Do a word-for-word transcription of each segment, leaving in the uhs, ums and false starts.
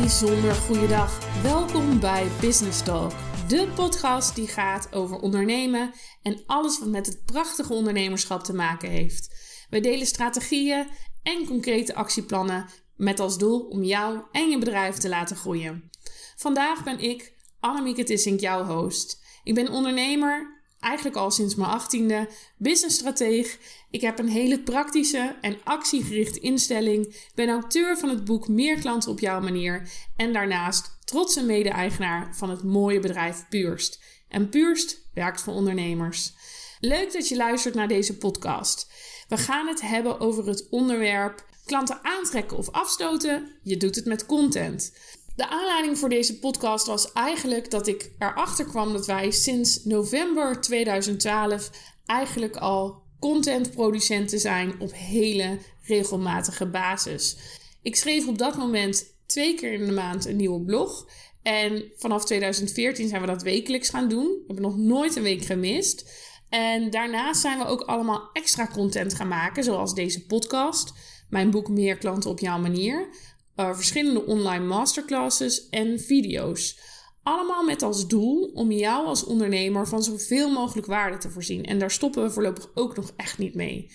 bijzonder goeiedag. Welkom bij Business Talk, de podcast die gaat over ondernemen en alles wat met het prachtige ondernemerschap te maken heeft. Wij delen strategieën en concrete actieplannen met als doel om jou en je bedrijf te laten groeien. Vandaag ben ik, Annemieke Tissink, jouw host. Ik ben ondernemer, eigenlijk al sinds mijn achttiende, businessstrateeg. Ik heb een hele praktische en actiegerichte instelling. Ben auteur van het boek Meer klanten op jouw manier. En daarnaast trotse mede-eigenaar van het mooie bedrijf Purst. En Purst werkt voor ondernemers. Leuk dat je luistert naar deze podcast. We gaan het hebben over het onderwerp klanten aantrekken of afstoten. Je doet het met content. De aanleiding voor deze podcast was eigenlijk dat ik erachter kwam dat wij sinds november tweeduizend twaalf eigenlijk al contentproducenten zijn op hele regelmatige basis. Ik schreef op dat moment twee keer in de maand een nieuwe blog. En vanaf tweeduizend veertien zijn we dat wekelijks gaan doen. We hebben nog nooit een week gemist. En daarnaast zijn we ook allemaal extra content gaan maken, zoals deze podcast, mijn boek Meer klanten op jouw manier, uh, verschillende online masterclasses en video's. Allemaal met als doel om jou als ondernemer van zoveel mogelijk waarde te voorzien. En daar stoppen we voorlopig ook nog echt niet mee.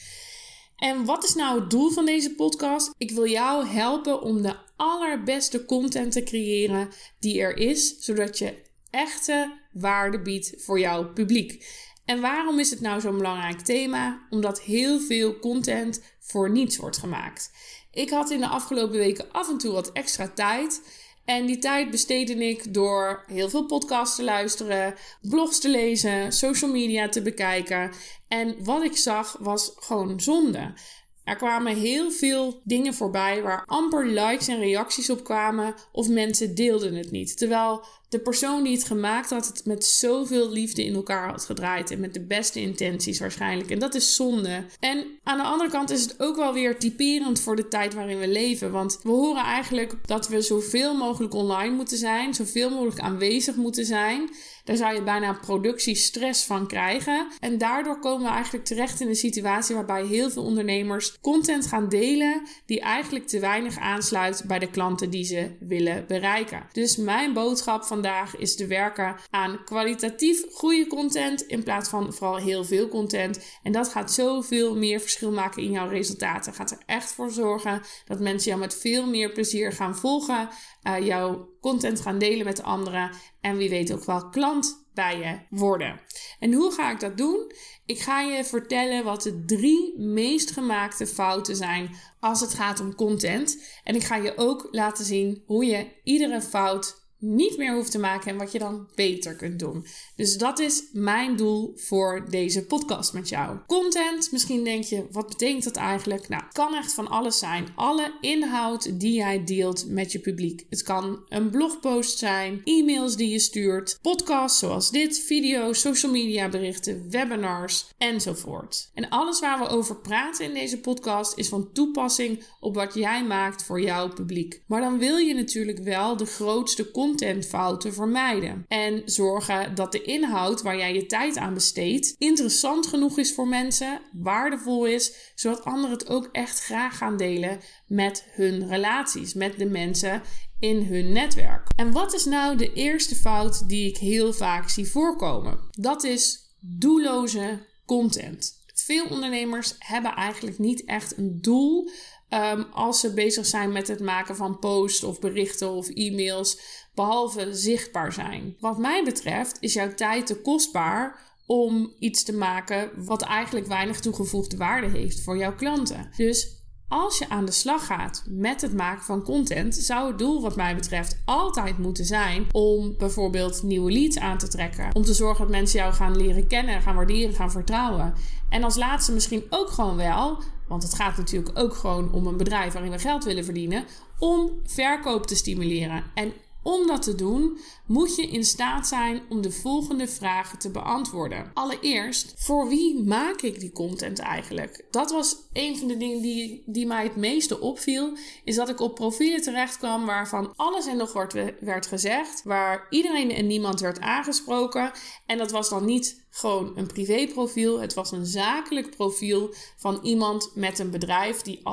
En wat is nou het doel van deze podcast? Ik wil jou helpen om de allerbeste content te creëren die er is, zodat je echte waarde biedt voor jouw publiek. En waarom is het nou zo'n belangrijk thema? Omdat heel veel content voor niets wordt gemaakt. Ik had in de afgelopen weken af en toe wat extra tijd. En die tijd besteedde ik door heel veel podcasts te luisteren, blogs te lezen, social media te bekijken. En wat ik zag was gewoon zonde. Er kwamen heel veel dingen voorbij waar amper likes en reacties op kwamen of mensen deelden het niet. Terwijl de persoon die het gemaakt had het met zoveel liefde in elkaar had gedraaid en met de beste intenties waarschijnlijk. En dat is zonde. En aan de andere kant is het ook wel weer typerend voor de tijd waarin we leven. Want we horen eigenlijk dat we zoveel mogelijk online moeten zijn, zoveel mogelijk aanwezig moeten zijn. Daar zou je bijna productiestress van krijgen. En daardoor komen we eigenlijk terecht in een situatie waarbij heel veel ondernemers content gaan delen die eigenlijk te weinig aansluit bij de klanten die ze willen bereiken. Dus mijn boodschap vandaag is te werken aan kwalitatief goede content in plaats van vooral heel veel content. En dat gaat zoveel meer verschil maken in jouw resultaten. Gaat er echt voor zorgen dat mensen jou met veel meer plezier gaan volgen, uh, jouw content gaan delen met anderen en wie weet ook wel klant bij je worden. En hoe ga ik dat doen? Ik ga je vertellen wat de drie meest gemaakte fouten zijn als het gaat om content. En ik ga je ook laten zien hoe je iedere fout niet meer hoeft te maken en wat je dan beter kunt doen. Dus dat is mijn doel voor deze podcast met jou. Content, misschien denk je, wat betekent dat eigenlijk? Nou, het kan echt van alles zijn. Alle inhoud die jij deelt met je publiek. Het kan een blogpost zijn, e-mails die je stuurt, podcasts zoals dit, video's, social media berichten, webinars enzovoort. En alles waar we over praten in deze podcast is van toepassing op wat jij maakt voor jouw publiek. Maar dan wil je natuurlijk wel de grootste content contentfouten vermijden. En zorgen dat de inhoud waar jij je tijd aan besteedt interessant genoeg is voor mensen, waardevol is, zodat anderen het ook echt graag gaan delen met hun relaties, met de mensen in hun netwerk. En wat is nou de eerste fout die ik heel vaak zie voorkomen? Dat is doelloze content. Veel ondernemers hebben eigenlijk niet echt een doel Um, als ze bezig zijn met het maken van posts of berichten of e-mails, behalve zichtbaar zijn. Wat mij betreft is jouw tijd te kostbaar om iets te maken wat eigenlijk weinig toegevoegde waarde heeft voor jouw klanten. Dus als je aan de slag gaat met het maken van content, zou het doel wat mij betreft altijd moeten zijn om bijvoorbeeld nieuwe leads aan te trekken. Om te zorgen dat mensen jou gaan leren kennen, gaan waarderen, gaan vertrouwen. En als laatste misschien ook gewoon wel, want het gaat natuurlijk ook gewoon om een bedrijf waarin we geld willen verdienen, om verkoop te stimuleren. En om dat te doen, moet je in staat zijn om de volgende vragen te beantwoorden. Allereerst, voor wie maak ik die content eigenlijk? Dat was een van de dingen die, die mij het meeste opviel, is dat ik op profielen terecht kwam waarvan alles en nog wat werd gezegd, waar iedereen en niemand werd aangesproken. En dat was dan niet gewoon een privéprofiel, het was een zakelijk profiel van iemand met een bedrijf die als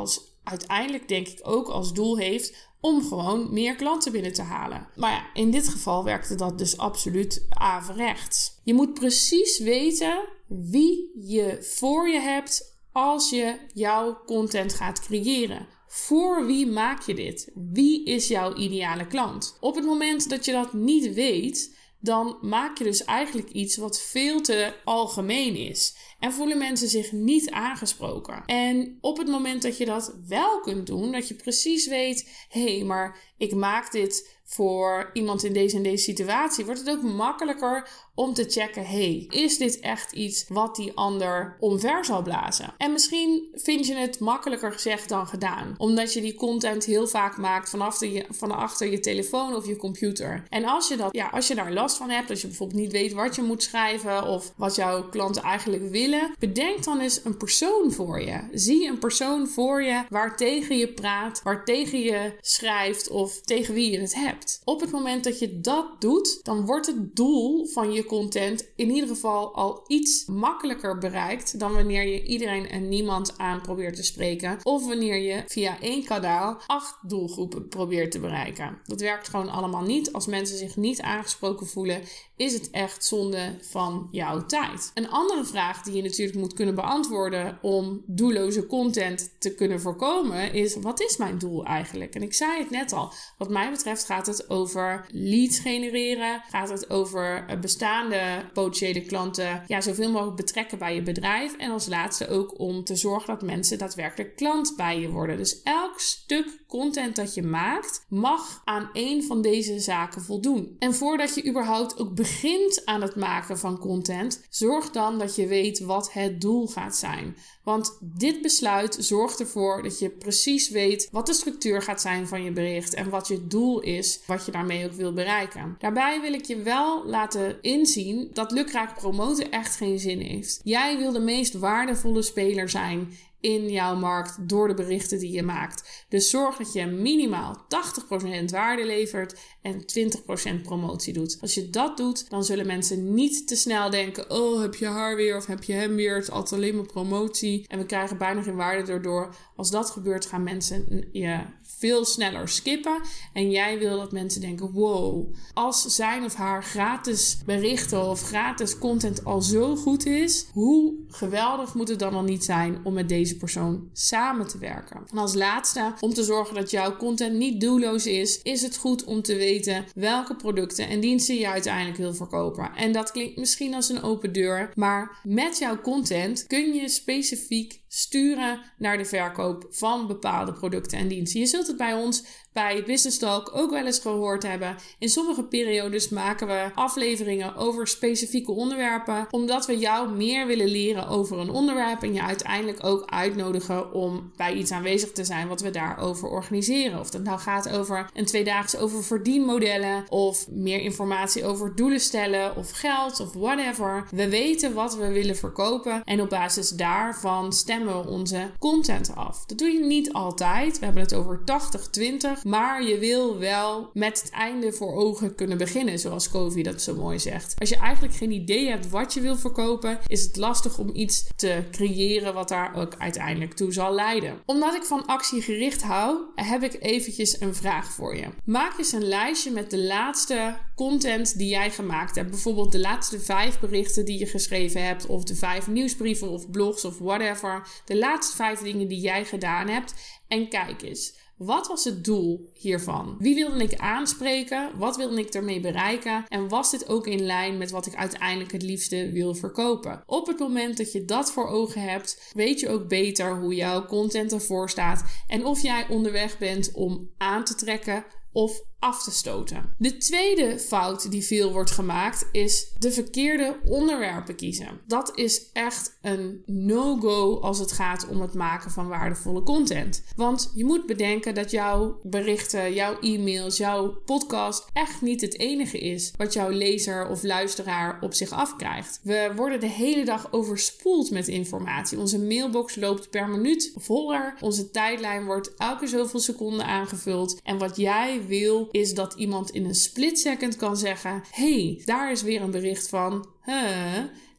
uiteindelijk denk ik ook als doel heeft om gewoon meer klanten binnen te halen. Maar ja, in dit geval werkte dat dus absoluut averechts. Je moet precies weten wie je voor je hebt als je jouw content gaat creëren. Voor wie maak je dit? Wie is jouw ideale klant? Op het moment dat je dat niet weet, dan maak je dus eigenlijk iets wat veel te algemeen is. En voelen mensen zich niet aangesproken. En op het moment dat je dat wel kunt doen, dat je precies weet, hé, hey, maar ik maak dit voor iemand in deze en deze situatie, wordt het ook makkelijker om te checken, hey, is dit echt iets wat die ander omver zal blazen? En misschien vind je het makkelijker gezegd dan gedaan, omdat je die content heel vaak maakt vanaf de, van achter je telefoon of je computer. En als je, dat, ja, als je daar last van hebt, als je bijvoorbeeld niet weet wat je moet schrijven of wat jouw klanten eigenlijk willen, bedenk dan eens een persoon voor je. Zie een persoon voor je waar tegen je praat, waar tegen je schrijft of tegen wie je het hebt. Op het moment dat je dat doet, dan wordt het doel van je content in ieder geval al iets makkelijker bereikt dan wanneer je iedereen en niemand aan probeert te spreken of wanneer je via één kanaal acht doelgroepen probeert te bereiken. Dat werkt gewoon allemaal niet. Als mensen zich niet aangesproken voelen, is het echt zonde van jouw tijd. Een andere vraag die je natuurlijk moet kunnen beantwoorden om doelloze content te kunnen voorkomen is, wat is mijn doel eigenlijk? En ik zei het net al, wat mij betreft gaat het over leads genereren, gaat het over bestaande potentiële klanten ja, zoveel mogelijk betrekken bij je bedrijf en als laatste ook om te zorgen dat mensen daadwerkelijk klant bij je worden. Dus elk stuk content dat je maakt mag aan één van deze zaken voldoen. En voordat je überhaupt ook begint aan het maken van content, zorg dan dat je weet wat het doel gaat zijn. Want dit besluit zorgt ervoor dat je precies weet wat de structuur gaat zijn van je bericht en wat je doel is, wat je daarmee ook wil bereiken. Daarbij wil ik je wel laten inzien dat lukraak promoten echt geen zin heeft. Jij wil de meest waardevolle speler zijn in jouw markt door de berichten die je maakt. Dus zorg dat je minimaal tachtig procent waarde levert en twintig procent promotie doet. Als je dat doet, dan zullen mensen niet te snel denken, oh, heb je haar weer of heb je hem weer? Het is altijd alleen maar promotie en we krijgen bijna geen waarde erdoor. Als dat gebeurt, gaan mensen je veel sneller skippen. En jij wil dat mensen denken, wow, als zijn of haar gratis berichten of gratis content al zo goed is, hoe geweldig moet het dan al niet zijn om met deze persoon samen te werken? En als laatste, om te zorgen dat jouw content niet doelloos is, is het goed om te weten welke producten en diensten je uiteindelijk wil verkopen. En dat klinkt misschien als een open deur, maar met jouw content kun je specifiek sturen naar de verkoop van bepaalde producten en diensten. Je zult het bij ons bij Business Talk ook wel eens gehoord hebben. In sommige periodes maken we afleveringen over specifieke onderwerpen, omdat we jou meer willen leren over een onderwerp en je uiteindelijk ook uitnodigen om bij iets aanwezig te zijn wat we daarover organiseren. Of dat nou gaat over een tweedaags over verdienmodellen of meer informatie over doelen stellen of geld of whatever. We weten wat we willen verkopen en op basis daarvan stemmen we onze content af. Dat doe je niet altijd. We hebben het over tachtig twintig. Maar je wil wel met het einde voor ogen kunnen beginnen, zoals Covey dat zo mooi zegt. Als je eigenlijk geen idee hebt wat je wil verkopen, is het lastig om iets te creëren wat daar ook uiteindelijk toe zal leiden. Omdat ik van actiegericht hou, heb ik eventjes een vraag voor je. Maak eens een lijstje met de laatste content die jij gemaakt hebt. Bijvoorbeeld de laatste vijf berichten die je geschreven hebt, of de vijf nieuwsbrieven of blogs of whatever. De laatste vijf dingen die jij gedaan hebt. En kijk eens. Wat was het doel hiervan? Wie wilde ik aanspreken? Wat wilde ik ermee bereiken? En was dit ook in lijn met wat ik uiteindelijk het liefste wil verkopen? Op het moment dat je dat voor ogen hebt, weet je ook beter hoe jouw content ervoor staat en of jij onderweg bent om aan te trekken of af te stoten. De tweede fout die veel wordt gemaakt is de verkeerde onderwerpen kiezen. Dat is echt een no-go als het gaat om het maken van waardevolle content. Want je moet bedenken dat jouw berichten, jouw e-mails, jouw podcast echt niet het enige is wat jouw lezer of luisteraar op zich afkrijgt. We worden de hele dag overspoeld met informatie. Onze mailbox loopt per minuut voller. Onze tijdlijn wordt elke zoveel seconden aangevuld. En wat jij wil is dat iemand in een split second kan zeggen, hey, daar is weer een bericht van, huh?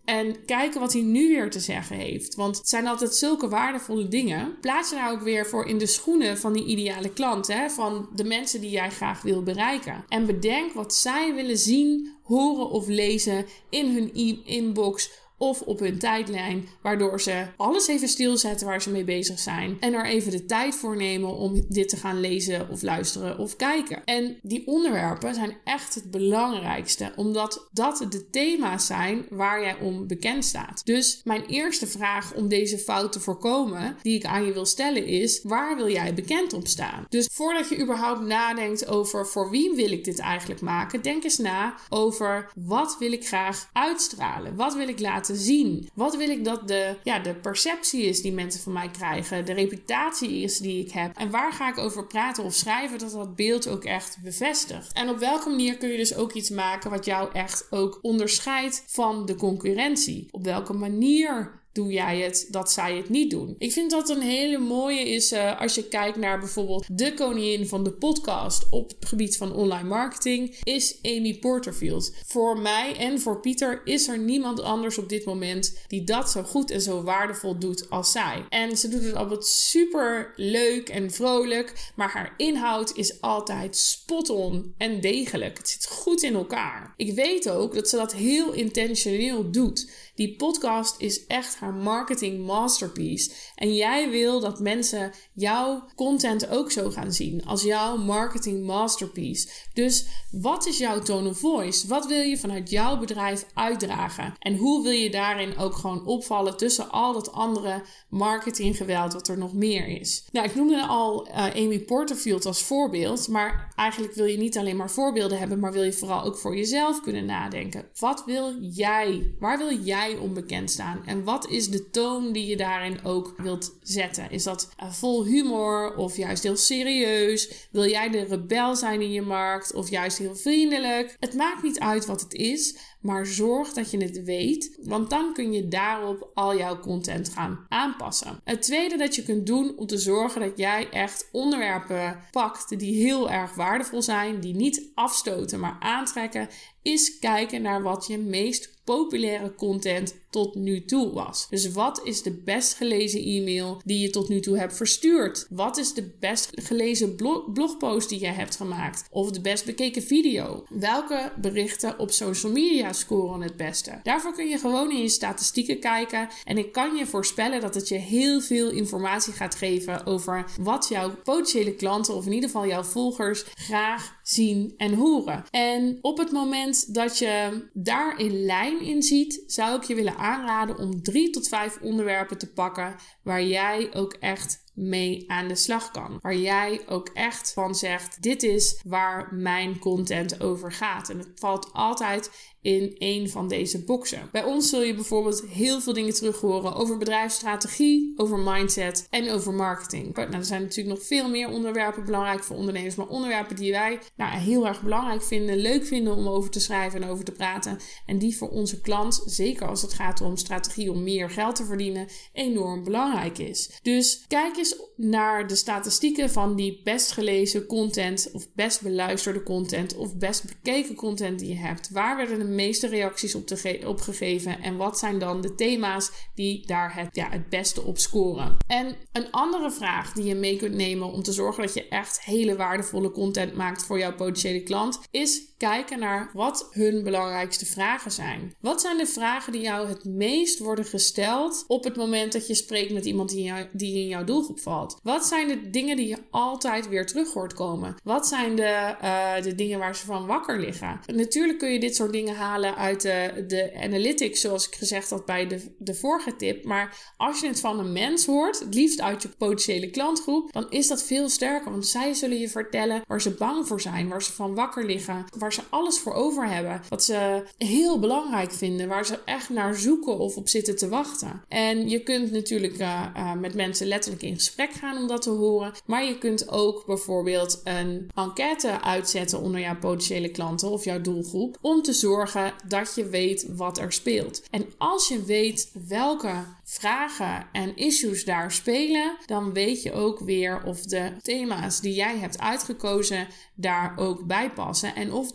En kijken wat hij nu weer te zeggen heeft. Want het zijn altijd zulke waardevolle dingen. Plaats je nou ook weer voor in de schoenen van die ideale klant. Hè? Van de mensen die jij graag wil bereiken. En bedenk wat zij willen zien, horen of lezen in hun e-inbox of op hun tijdlijn, waardoor ze alles even stilzetten waar ze mee bezig zijn en er even de tijd voor nemen om dit te gaan lezen of luisteren of kijken. En die onderwerpen zijn echt het belangrijkste, omdat dat de thema's zijn waar jij om bekend staat. Dus mijn eerste vraag om deze fout te voorkomen, die ik aan je wil stellen, is: waar wil jij bekend op staan? Dus voordat je überhaupt nadenkt over voor wie wil ik dit eigenlijk maken, denk eens na over wat wil ik graag uitstralen? Wat wil ik laten zien? Wat wil ik dat de, ja, de perceptie is die mensen van mij krijgen, de reputatie is die ik heb, en waar ga ik over praten of schrijven dat dat beeld ook echt bevestigt? En op welke manier kun je dus ook iets maken wat jou echt ook onderscheidt van de concurrentie? Op welke manier doe jij het dat zij het niet doen? Ik vind dat een hele mooie is uh, als je kijkt naar bijvoorbeeld de koningin van de podcast op het gebied van online marketing, is Amy Porterfield. Voor mij en voor Pieter is er niemand anders op dit moment die dat zo goed en zo waardevol doet als zij. En ze doet het altijd super leuk en vrolijk, maar haar inhoud is altijd spot on en degelijk. Het zit goed in elkaar. Ik weet ook dat ze dat heel intentioneel doet. Die podcast is echt haar marketing masterpiece. En jij wil dat mensen jouw content ook zo gaan zien als jouw marketing masterpiece. Dus wat is jouw tone of voice? Wat wil je vanuit jouw bedrijf uitdragen? En hoe wil je daarin ook gewoon opvallen tussen al dat andere marketinggeweld wat er nog meer is? Nou, ik noemde al uh, Amy Porterfield als voorbeeld, maar eigenlijk wil je niet alleen maar voorbeelden hebben, maar wil je vooral ook voor jezelf kunnen nadenken. Wat wil jij? Waar wil jij onbekend staan? En wat is de toon die je daarin ook wilt zetten? Is dat uh, vol humor of juist heel serieus? Wil jij de rebel zijn in je markt of juist heel vriendelijk? Het maakt niet uit wat het is, maar zorg dat je het weet, want dan kun je daarop al jouw content gaan aanpassen. Het tweede dat je kunt doen om te zorgen dat jij echt onderwerpen pakt die heel erg waardevol zijn, die niet afstoten, maar aantrekken, is kijken naar wat je meest populaire content tot nu toe was. Dus wat is de best gelezen e-mail die je tot nu toe hebt verstuurd? Wat is de best gelezen blog- blogpost die je hebt gemaakt? Of de best bekeken video? Welke berichten op social media scoren het beste? Daarvoor kun je gewoon in je statistieken kijken. En ik kan je voorspellen dat het je heel veel informatie gaat geven over wat jouw potentiële klanten, of in ieder geval jouw volgers, graag zien en horen. En op het moment dat je daar een lijn in ziet, zou ik je willen aanraden om drie tot vijf onderwerpen te pakken waar jij ook echt mee aan de slag kan. Waar jij ook echt van zegt, dit is waar mijn content over gaat. En het valt altijd in een van deze boxen. Bij ons zul je bijvoorbeeld heel veel dingen terug horen over bedrijfsstrategie, over mindset en over marketing. Nou, er zijn natuurlijk nog veel meer onderwerpen belangrijk voor ondernemers, maar onderwerpen die wij nou, heel erg belangrijk vinden, leuk vinden om over te schrijven en over te praten. En die voor onze klant, zeker als het gaat om strategie om meer geld te verdienen, enorm belangrijk is. Dus kijk eens naar de statistieken van die best gelezen content of best beluisterde content of best bekeken content die je hebt. Waar werden de meeste reacties op, te ge- op gegeven en wat zijn dan de thema's die daar het, ja, het beste op scoren? En een andere vraag die je mee kunt nemen om te zorgen dat je echt hele waardevolle content maakt voor jouw potentiële klant, is kijken naar wat hun belangrijkste vragen zijn. Wat zijn de vragen die jou het meest worden gesteld op het moment dat je spreekt met iemand die in, jou, die in jouw doelgroep valt? Wat zijn de dingen die je altijd weer terug hoort komen? Wat zijn de, uh, de dingen waar ze van wakker liggen? Natuurlijk kun je dit soort dingen halen uit de, de analytics, zoals ik gezegd had bij de, de vorige tip. Maar als je het van een mens hoort, het liefst uit je potentiële klantgroep, dan is dat veel sterker. Want zij zullen je vertellen waar ze bang voor zijn, waar ze van wakker liggen, waar ze alles voor over hebben, wat ze heel belangrijk vinden, waar ze echt naar zoeken of op zitten te wachten. En je kunt natuurlijk uh, uh, met mensen letterlijk in gesprek gaan om dat te horen, maar je kunt ook bijvoorbeeld een enquête uitzetten onder jouw potentiële klanten of jouw doelgroep, om te zorgen dat je weet wat er speelt. En als je weet welke vragen en issues daar spelen, dan weet je ook weer of de thema's die jij hebt uitgekozen daar ook bij passen en of de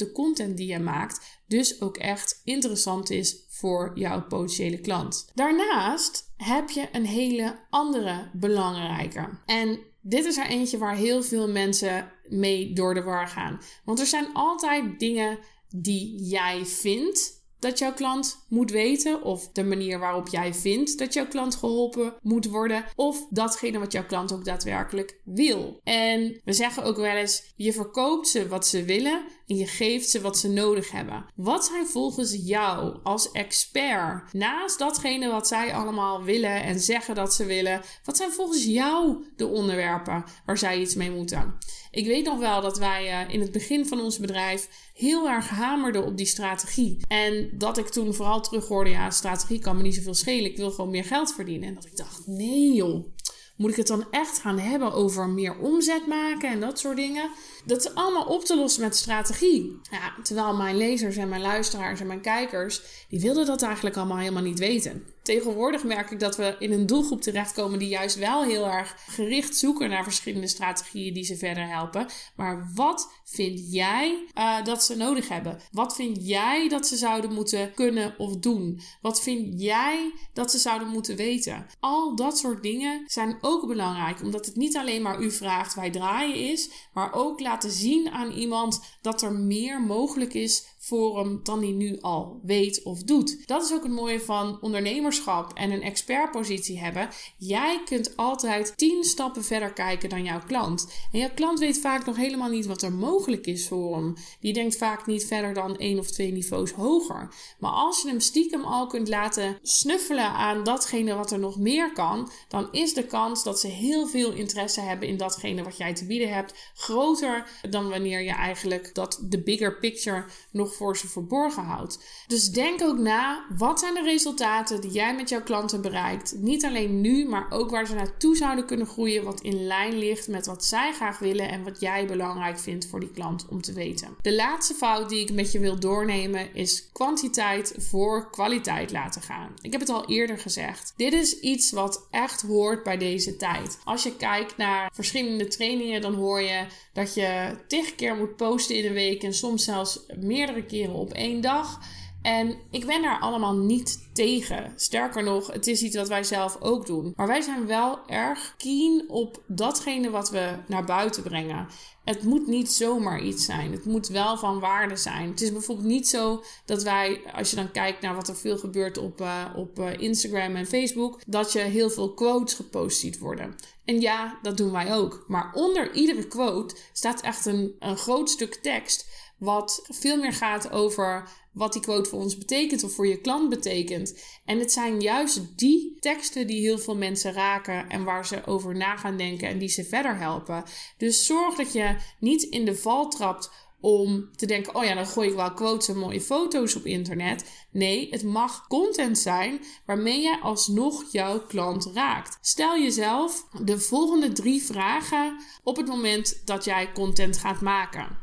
de content die je maakt dus ook echt interessant is voor jouw potentiële klant. Daarnaast heb je een hele andere belangrijke. En dit is er eentje waar heel veel mensen mee door de war gaan. Want er zijn altijd dingen die jij vindt dat jouw klant moet weten, of de manier waarop jij vindt dat jouw klant geholpen moet worden, of datgene wat jouw klant ook daadwerkelijk wil. En we zeggen ook wel eens, je verkoopt ze wat ze willen en je geeft ze wat ze nodig hebben. Wat zijn volgens jou als expert, naast datgene wat zij allemaal willen en zeggen dat ze willen, wat zijn volgens jou de onderwerpen waar zij iets mee moeten? Ik weet nog wel dat wij uh, in het begin van ons bedrijf heel erg hamerden op die strategie. En dat ik toen vooral terug hoorde, ja, strategie kan me niet zoveel schelen. Ik wil gewoon meer geld verdienen. En dat ik dacht, nee joh, moet ik het dan echt gaan hebben over meer omzet maken en dat soort dingen? Dat is allemaal op te lossen met strategie. Ja, terwijl mijn lezers en mijn luisteraars en mijn kijkers, die wilden dat eigenlijk allemaal helemaal niet weten. Tegenwoordig merk ik dat we in een doelgroep terechtkomen die juist wel heel erg gericht zoeken naar verschillende strategieën die ze verder helpen. Maar wat vind jij uh, dat ze nodig hebben? Wat vind jij dat ze zouden moeten kunnen of doen? Wat vind jij dat ze zouden moeten weten? Al dat soort dingen zijn ook belangrijk, omdat het niet alleen maar u vraagt wij draaien is, maar ook laten zien aan iemand dat er meer mogelijk is voor hem dan hij nu al weet of doet. Dat is ook het mooie van ondernemerschap en een expertpositie hebben. Jij kunt altijd tien stappen verder kijken dan jouw klant. En jouw klant weet vaak nog helemaal niet wat er mogelijk is voor hem. Die denkt vaak niet verder dan één of twee niveaus hoger. Maar als je hem stiekem al kunt laten snuffelen aan datgene wat er nog meer kan, dan is de kans dat ze heel veel interesse hebben in datgene wat jij te bieden hebt groter dan wanneer je eigenlijk dat de bigger picture nog voor ze verborgen houdt. Dus denk ook na, wat zijn de resultaten die jij met jouw klanten bereikt? Niet alleen nu, maar ook waar ze naartoe zouden kunnen groeien, wat in lijn ligt met wat zij graag willen en wat jij belangrijk vindt voor die klant om te weten. De laatste fout die ik met je wil doornemen is kwantiteit voor kwaliteit laten gaan. Ik heb het al eerder gezegd. Dit is iets wat echt hoort bij deze tijd. Als je kijkt naar verschillende trainingen, dan hoor je dat je tig keer moet posten in een week en soms zelfs meerdere keren op één dag. En ik ben daar allemaal niet tegen. Sterker nog, het is iets wat wij zelf ook doen. Maar wij zijn wel erg keen op datgene wat we naar buiten brengen. Het moet niet zomaar iets zijn. Het moet wel van waarde zijn. Het is bijvoorbeeld niet zo dat wij, als je dan kijkt naar wat er veel gebeurt op, uh, op uh, Instagram en Facebook, dat je heel veel quotes gepost ziet worden. En ja, dat doen wij ook. Maar onder iedere quote staat echt een, een groot stuk tekst wat veel meer gaat over wat die quote voor ons betekent of voor je klant betekent. En het zijn juist die teksten die heel veel mensen raken en waar ze over na gaan denken en die ze verder helpen. Dus zorg dat je niet in de val trapt om te denken, oh ja, dan gooi ik wel quotes en mooie foto's op internet. Nee, het mag content zijn waarmee je alsnog jouw klant raakt. Stel jezelf de volgende drie vragen op het moment dat jij content gaat maken.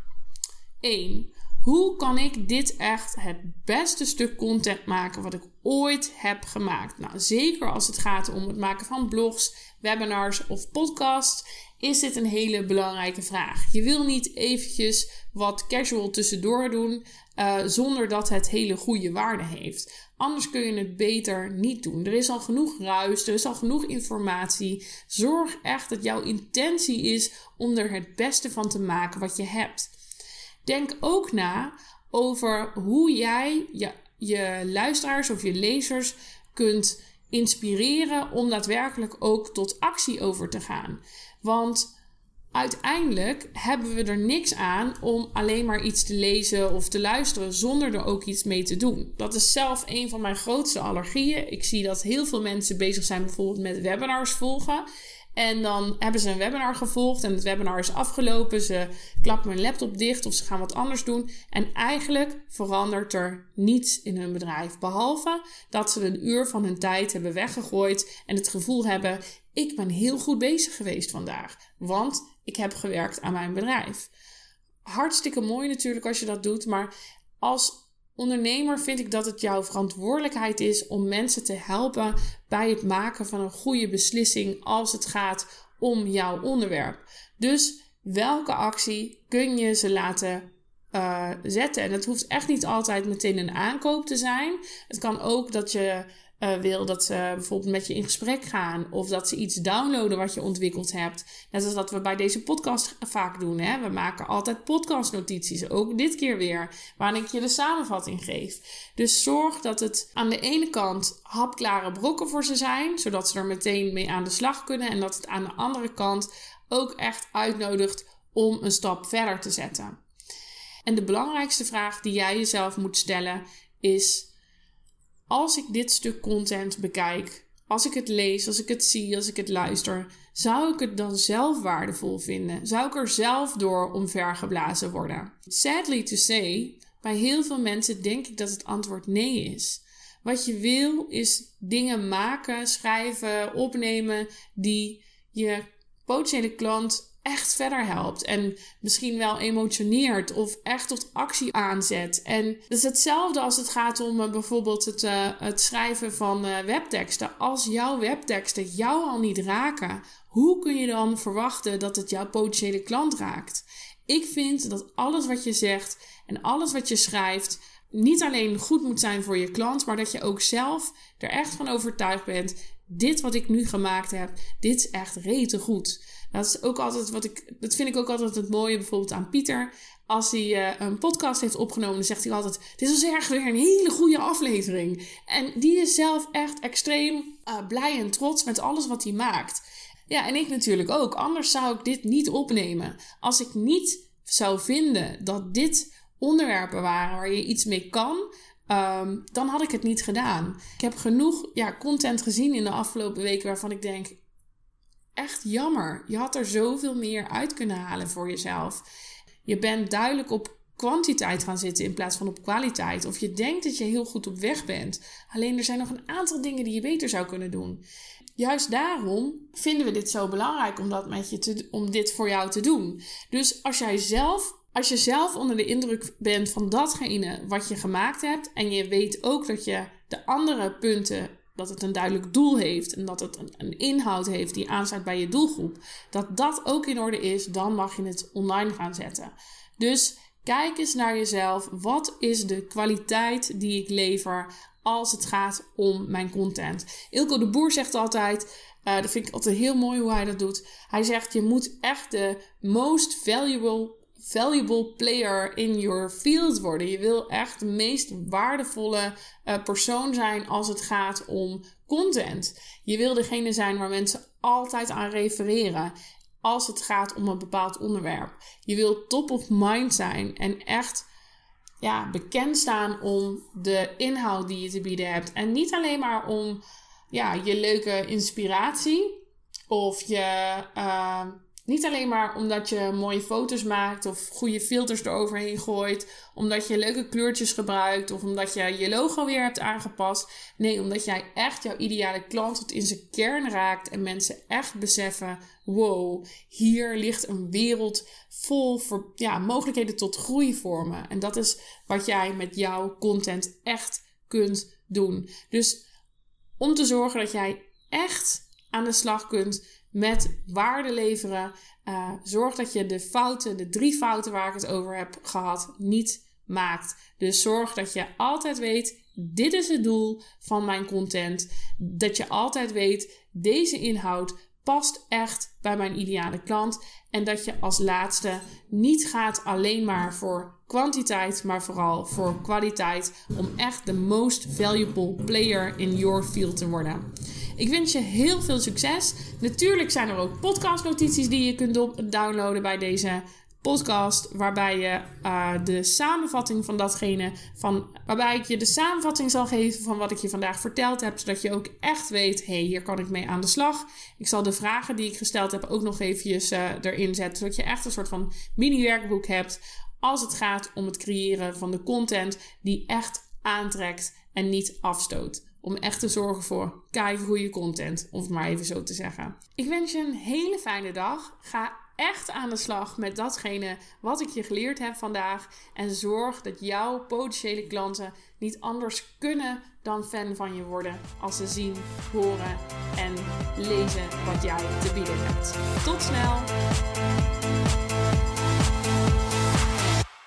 één. Hoe kan ik dit echt het beste stuk content maken wat ik ooit heb gemaakt? Nou, zeker als het gaat om het maken van blogs, webinars of podcasts, is dit een hele belangrijke vraag. Je wil niet eventjes wat casual tussendoor doen uh, zonder dat het hele goede waarde heeft. Anders kun je het beter niet doen. Er is al genoeg ruis, er is al genoeg informatie. Zorg echt dat jouw intentie is om er het beste van te maken wat je hebt. Denk ook na over hoe jij je, je luisteraars of je lezers kunt inspireren om daadwerkelijk ook tot actie over te gaan. Want uiteindelijk hebben we er niks aan om alleen maar iets te lezen of te luisteren zonder er ook iets mee te doen. Dat is zelf een van mijn grootste allergieën. Ik zie dat heel veel mensen bezig zijn bijvoorbeeld met webinars volgen. En dan hebben ze een webinar gevolgd en het webinar is afgelopen. Ze klappen hun laptop dicht of ze gaan wat anders doen. En eigenlijk verandert er niets in hun bedrijf. Behalve dat ze een uur van hun tijd hebben weggegooid en het gevoel hebben, ik ben heel goed bezig geweest vandaag. Want ik heb gewerkt aan mijn bedrijf. Hartstikke mooi natuurlijk als je dat doet, maar als ondernemer vind ik dat het jouw verantwoordelijkheid is om mensen te helpen bij het maken van een goede beslissing als het gaat om jouw onderwerp. Dus welke actie kun je ze laten uh, zetten. En het hoeft echt niet altijd meteen een aankoop te zijn. Het kan ook dat je uh, wil dat ze bijvoorbeeld met je in gesprek gaan. Of dat ze iets downloaden wat je ontwikkeld hebt. Net als dat we bij deze podcast vaak doen. Hè? We maken altijd podcastnotities. Ook dit keer weer. Waarin ik je de samenvatting geef. Dus zorg dat het aan de ene kant hapklare brokken voor ze zijn. Zodat ze er meteen mee aan de slag kunnen. En dat het aan de andere kant ook echt uitnodigt om een stap verder te zetten. En de belangrijkste vraag die jij jezelf moet stellen is: als ik dit stuk content bekijk, als ik het lees, als ik het zie, als ik het luister, zou ik het dan zelf waardevol vinden? Zou ik er zelf door omvergeblazen worden? Sadly to say, bij heel veel mensen denk ik dat het antwoord nee is. Wat je wil is dingen maken, schrijven, opnemen die je potentiële klant echt verder helpt en misschien wel emotioneert of echt tot actie aanzet. En dat is hetzelfde als het gaat om uh, bijvoorbeeld het, uh, het schrijven van uh, webteksten. Als jouw webteksten jou al niet raken, hoe kun je dan verwachten dat het jouw potentiële klant raakt? Ik vind dat alles wat je zegt en alles wat je schrijft niet alleen goed moet zijn voor je klant, maar dat je ook zelf er echt van overtuigd bent: dit wat ik nu gemaakt heb, dit is echt rete goed. Dat is ook altijd wat ik, dat vind ik ook altijd het mooie bijvoorbeeld aan Pieter. Als hij uh, een podcast heeft opgenomen, dan zegt hij altijd: dit was echt weer een hele goede aflevering. En die is zelf echt extreem uh, blij en trots met alles wat hij maakt. Ja, en ik natuurlijk ook. Anders zou ik dit niet opnemen. Als ik niet zou vinden dat dit onderwerpen waren waar je iets mee kan, um, dan had ik het niet gedaan. Ik heb genoeg ja, content gezien in de afgelopen weken waarvan ik denk: echt jammer. Je had er zoveel meer uit kunnen halen voor jezelf. Je bent duidelijk op kwantiteit gaan zitten in plaats van op kwaliteit. Of je denkt dat je heel goed op weg bent. Alleen er zijn nog een aantal dingen die je beter zou kunnen doen. Juist daarom vinden we dit zo belangrijk om, dat met je te, om dit voor jou te doen. Dus als jij zelf, als je zelf onder de indruk bent van datgene wat je gemaakt hebt, en je weet ook dat je de andere punten, dat het een duidelijk doel heeft en dat het een, een inhoud heeft die aansluit bij je doelgroep, dat dat ook in orde is, dan mag je het online gaan zetten. Dus kijk eens naar jezelf. Wat is de kwaliteit die ik lever als het gaat om mijn content? Ilko de Boer zegt altijd, uh, dat vind ik altijd heel mooi hoe hij dat doet. Hij zegt: je moet echt de most valuable valuable player in your field worden. Je wil echt de meest waardevolle uh, persoon zijn als het gaat om content. Je wil degene zijn waar mensen altijd aan refereren als het gaat om een bepaald onderwerp. Je wil top of mind zijn en echt ja, bekend staan om de inhoud die je te bieden hebt. En niet alleen maar om ja, je leuke inspiratie of je Uh, Niet alleen maar omdat je mooie foto's maakt of goede filters eroverheen gooit, omdat je leuke kleurtjes gebruikt of omdat je je logo weer hebt aangepast. Nee, omdat jij echt jouw ideale klant tot in zijn kern raakt en mensen echt beseffen: wow, hier ligt een wereld vol voor, ja, mogelijkheden tot groei voor me. En dat is wat jij met jouw content echt kunt doen. Dus om te zorgen dat jij echt aan de slag kunt met waarde leveren. Uh, zorg dat je de fouten, de drie fouten waar ik het over heb gehad, niet maakt. Dus zorg dat je altijd weet: dit is het doel van mijn content. Dat je altijd weet: deze inhoud past echt bij mijn ideale klant. En dat je als laatste niet gaat alleen maar voor kwantiteit, maar vooral voor kwaliteit. Om echt de most valuable player in your field te worden. Ik wens je heel veel succes. Natuurlijk zijn er ook podcastnotities die je kunt do- downloaden bij deze podcast, waarbij je uh, de samenvatting van datgene, van, waarbij ik je de samenvatting zal geven van wat ik je vandaag verteld heb, zodat je ook echt weet: hé, hey, hier kan ik mee aan de slag. Ik zal de vragen die ik gesteld heb ook nog eventjes uh, erin zetten, zodat je echt een soort van mini-werkboek hebt als het gaat om het creëren van de content die echt aantrekt en niet afstoot. Om echt te zorgen voor keigoede content, om het maar even zo te zeggen. Ik wens je een hele fijne dag. Ga echt aan de slag met datgene wat ik je geleerd heb vandaag. En zorg dat jouw potentiële klanten niet anders kunnen dan fan van je worden als ze zien, horen en lezen wat jij te bieden hebt. Tot snel!